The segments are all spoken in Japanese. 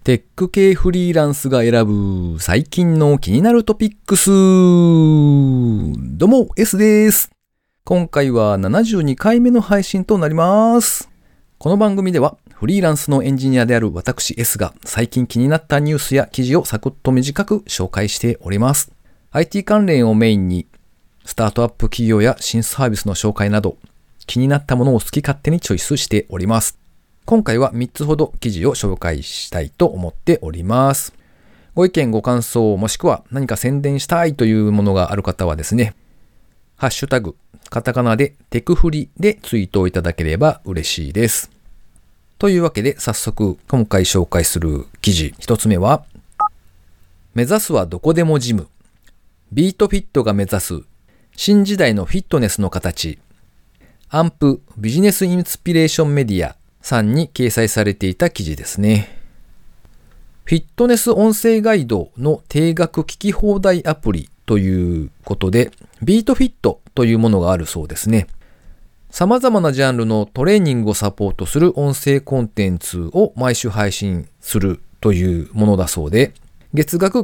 テック系フリーランスが選ぶ最近の気になるトピックス。どうも S です。今回は72回目の配信となります。この番組ではフリーランスのエンジニアである私 S が最近気になったニュースや記事をサクッと短く紹介しております。IT 関連をメインにスタートアップ企業や新サービスの紹介など気になったものを好き勝手にチョイスしております。今回は3つほど記事を紹介したいと思っております。ご意見ご感想もしくは何か宣伝したいというものがある方はですね、ハッシュタグカタカナでテクフリでツイートをいただければ嬉しいです。というわけで早速今回紹介する記事1つ目は、目指すはどこでもジム、ビートフィットが目指す新時代のフィットネスの形、アンプビジネスインスピレーションメディアさんに掲載されていた記事ですね。フィットネス音声ガイドの定額聞き放題アプリということで、ビートフィットというものがあるそうですね。様々なジャンルのトレーニングをサポートする音声コンテンツを毎週配信するというものだそうで、月額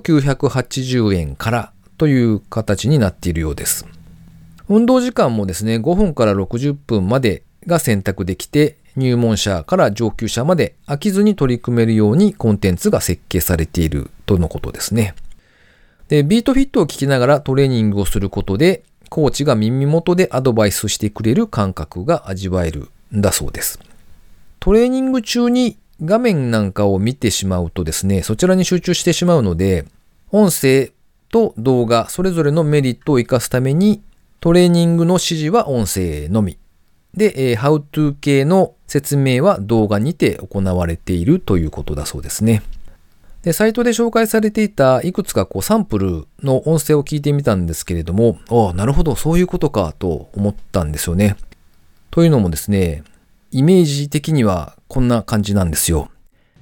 980円からという形になっているようです。運動時間もですね、5分から60分までが選択できて、入門者から上級者まで飽きずに取り組めるようにコンテンツが設計されているとのことですね。で、ビートフィットを聞きながらトレーニングをすることで、コーチが耳元でアドバイスしてくれる感覚が味わえるんだそうです。トレーニング中に画面なんかを見てしまうとですね、そちらに集中してしまうので、音声と動画それぞれのメリットを生かすために、トレーニングの指示は音声のみ。で、How to 系の説明は動画にて行われているということだそうですね。で、サイトで紹介されていたいくつかサンプルの音声を聞いてみたんですけれども、なるほど、そういうことかと思ったんですよね。というのもですね、イメージ的にはこんな感じなんですよ。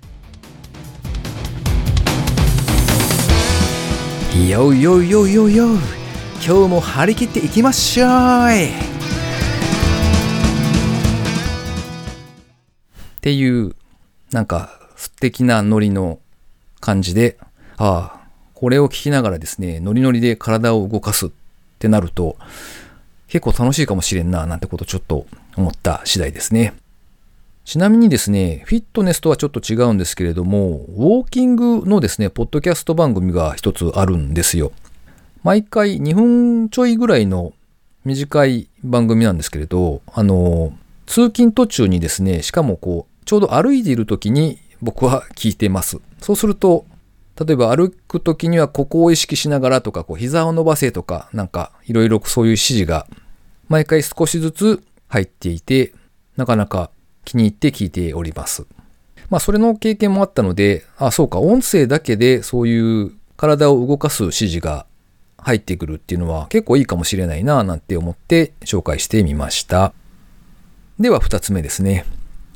よよよよよ、今日も張り切っていきましょうっていうなんか素敵なノリの感じで、これを聞きながらですね、ノリノリで体を動かすってなると結構楽しいかもしれんななんてことちょっと思った次第ですね。ちなみにですね、フィットネスとはちょっと違うんですけれども、ウォーキングのですね、ポッドキャスト番組が一つあるんですよ。毎回2分ちょいぐらいの短い番組なんですけれど、通勤途中にですね、しかもちょうど歩いている時に僕は聞いてます。そうすると、例えば歩く時にはここを意識しながらとか、膝を伸ばせとか、なんかいろいろそういう指示が毎回少しずつ入っていて、なかなか気に入って聞いております。それの経験もあったので、そうか、音声だけでそういう体を動かす指示が入ってくるっていうのは結構いいかもしれないななんて思って紹介してみました。では2つ目ですね。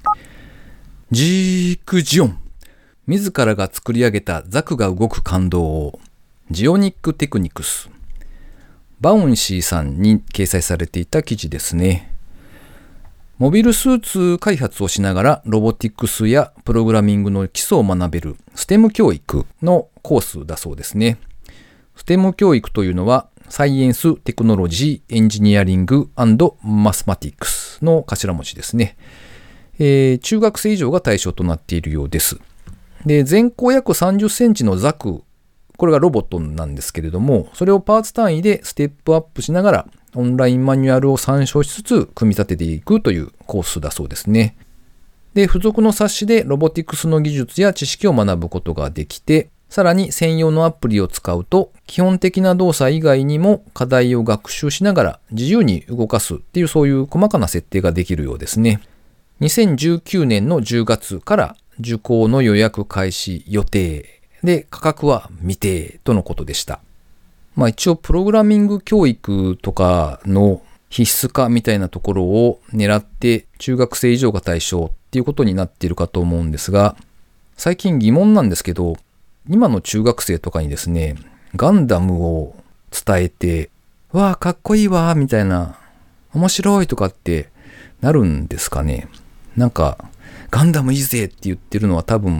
ジークジオン。自らが作り上げたザクが動く感動を。ジオニックテクニクス。バウンシーさんに掲載されていた記事ですね。モビルスーツ開発をしながらロボティクスやプログラミングの基礎を学べるSTEM教育のコースだそうですね。STEM 教育というのはサイエンス、テクノロジー、エンジニアリング&マスマティクスの頭文字ですね。中学生以上が対象となっているようです。で、全高約30センチのザク、これがロボットなんですけれども、それをパーツ単位でステップアップしながらオンラインマニュアルを参照しつつ組み立てていくというコースだそうですね。で、付属の冊子でロボティクスの技術や知識を学ぶことができて、さらに専用のアプリを使うと基本的な動作以外にも課題を学習しながら自由に動かすっていうそういう細かな設定ができるようですね。2019年の10月から受講の予約開始予定で価格は未定とのことでした。一応プログラミング教育とかの必須化みたいなところを狙って中学生以上が対象っていうことになっているかと思うんですが、最近疑問なんですけど、今の中学生とかにですね、ガンダムを伝えて、わあかっこいいわみたいな、面白いとかってなるんですかね。なんかガンダムいいぜって言ってるのは多分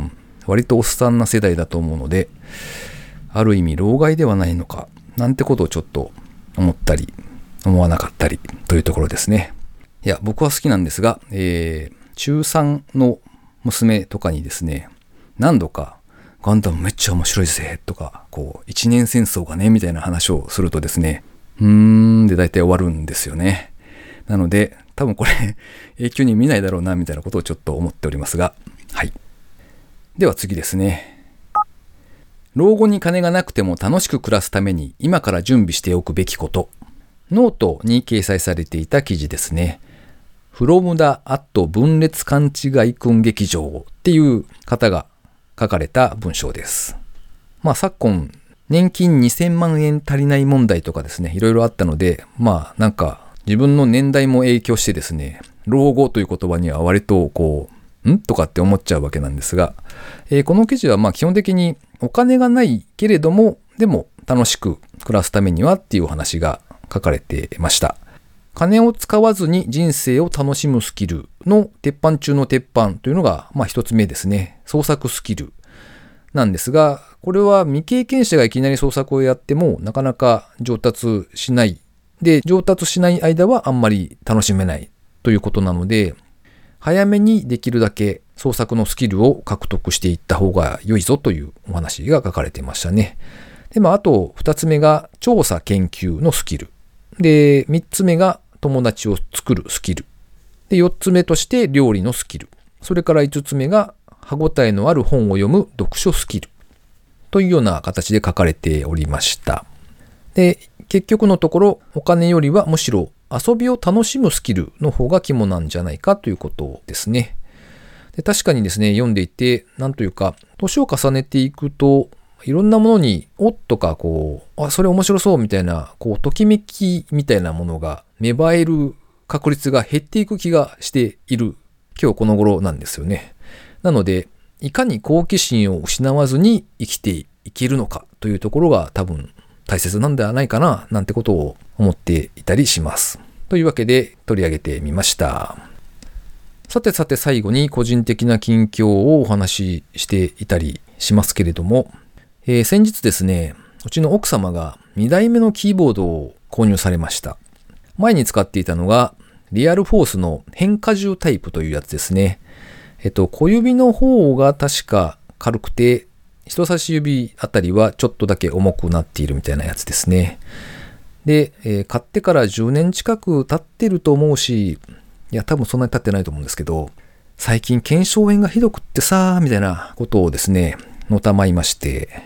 割とおっさんな世代だと思うので、ある意味老害ではないのかなんてことをちょっと思ったり思わなかったりというところですね。いや、僕は好きなんですが、中3の娘とかにですね、何度かガンダムめっちゃ面白いぜとか、こう一年戦争がねみたいな話をするとですね、で大体終わるんですよね。なので多分これ永久に見ないだろうなみたいなことをちょっと思っておりますが、はい。では次ですね。老後に金がなくても楽しく暮らすために今から準備しておくべきこと。ノートに掲載されていた記事ですね。from the@ 分裂勘違い訓劇場っていう方が書かれた文章です。まあ昨今年金2000万円足りない問題とかですね、いろいろあったので、まあなんか自分の年代も影響してですね、老後という言葉には割とこう、とかって思っちゃうわけなんですが、この記事はまあ基本的にお金がないけれども、でも楽しく暮らすためにはっていうお話が書かれていました。金を使わずに人生を楽しむスキルの鉄板中の鉄板というのがまあ一つ目ですね。創作スキルなんですが、これは未経験者がいきなり創作をやってもなかなか上達しない。で、上達しない間はあんまり楽しめないということなので、早めにできるだけ創作のスキルを獲得していった方が良いぞというお話が書かれていましたね。で、あと2つ目が調査研究のスキル。で、3つ目が友達を作るスキル。で、4つ目として料理のスキル。それから5つ目が歯ごたえのある本を読む読書スキル。というような形で書かれておりました。で、結局のところお金よりはむしろ遊びを楽しむスキルの方が肝なんじゃないかということですね。で、確かにですね、読んでいて、なんというか、年を重ねていくと、いろんなものに、おっとか、こう、それ面白そうみたいな、こう、ときめきみたいなものが芽生える確率が減っていく気がしている、今日この頃なんですよね。なので、いかに好奇心を失わずに生きていけるのかというところが多分大切なんではないかな、なんてことを思っていたりします。というわけで取り上げてみました。さて最後に個人的な近況をお話ししていたりしますけれども、先日ですね、うちの奥様が2台目のキーボードを購入されました。前に使っていたのがリアルフォースの変荷重タイプというやつですね。小指の方が確か軽くて、人差し指あたりはちょっとだけ重くなっているみたいなやつですね。で、買ってから10年近く経ってると思うし、いや多分そんなに経ってないと思うんですけど、最近腱鞘炎がひどくってさーみたいなことをですね、のたまいまして、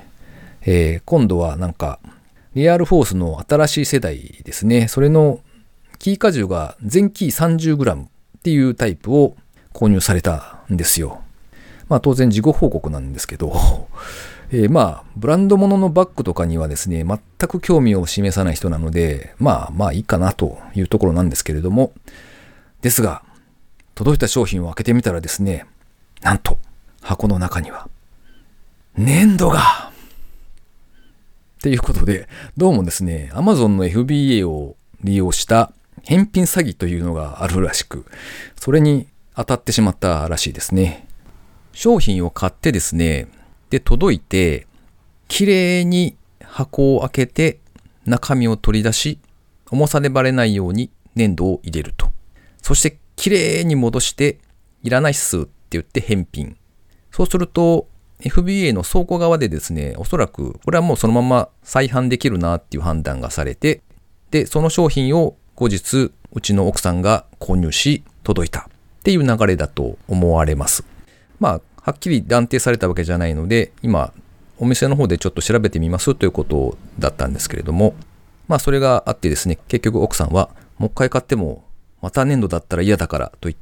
今度はなんかリアルフォースの新しい世代ですね、それのキー荷重が全キー 30g っていうタイプを購入されたんですよ。まあ当然事後報告なんですけど、まあブランド物のバッグとかにはですね、全く興味を示さない人なので、まあいいかなというところなんですけれども、ですが届いた商品を開けてみたらですね、なんと箱の中には粘土がっていうことで、どうもですね、Amazon の FBA を利用した返品詐欺というのがあるらしく、それに当たってしまったらしいですね。商品を買ってですね、で届いて、きれいに箱を開けて中身を取り出し、重さでバレないように粘土を入れると。そしてきれいに戻して、いらないっすって言って返品。そうすると FBA の倉庫側でですね、おそらくこれはもうそのまま再販できるなっていう判断がされて、でその商品を後日うちの奥さんが購入し届いたっていう流れだと思われます。まあはっきり断定されたわけじゃないので、今お店の方でちょっと調べてみますということだったんですけれども、まあそれがあってですね、結局奥さんはもう一回買ってもまた粘土だったら嫌だからと言って、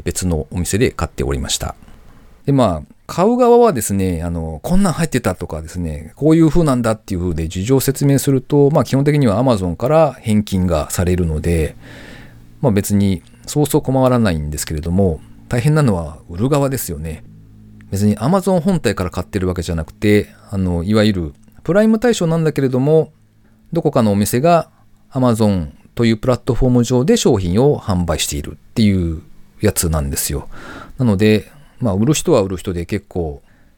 別のお店で買っておりました。でまあ買う側はですね、こんなん入ってたとかですね、こういう風なんだっていう風で事情を説明すると、まあ基本的には Amazon から返金がされるので、まあ別にそうそう困らないんですけれども、大変なのは売る側ですよね。別に Amazon 本体から買ってるわけじゃなくて、いわゆるプライム対象なんだけれども、どこかのお店が Amazon というプラットフォーム上で商品を販売しているっていうやつなんですよ。なので、まあ売る人は売る人で結構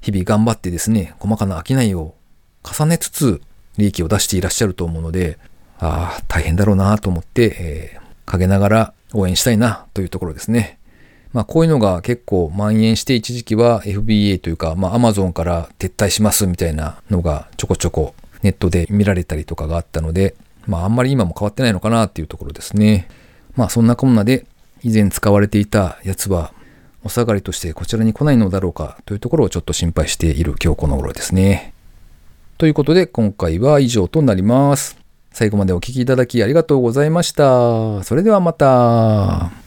日々頑張ってですね、細かな商いを重ねつつ利益を出していらっしゃると思うので、大変だろうなと思って、陰ながら応援したいなというところですね。こういうのが結構蔓延して一時期は FBA というか、Amazon から撤退しますみたいなのがちょこちょこネットで見られたりとかがあったので、あんまり今も変わってないのかなっていうところですね。そんなこんなで以前使われていたやつはお下がりとしてこちらに来ないのだろうかというところをちょっと心配している今日この頃ですね。ということで今回は以上となります。最後までお聞きいただきありがとうございました。それではまた。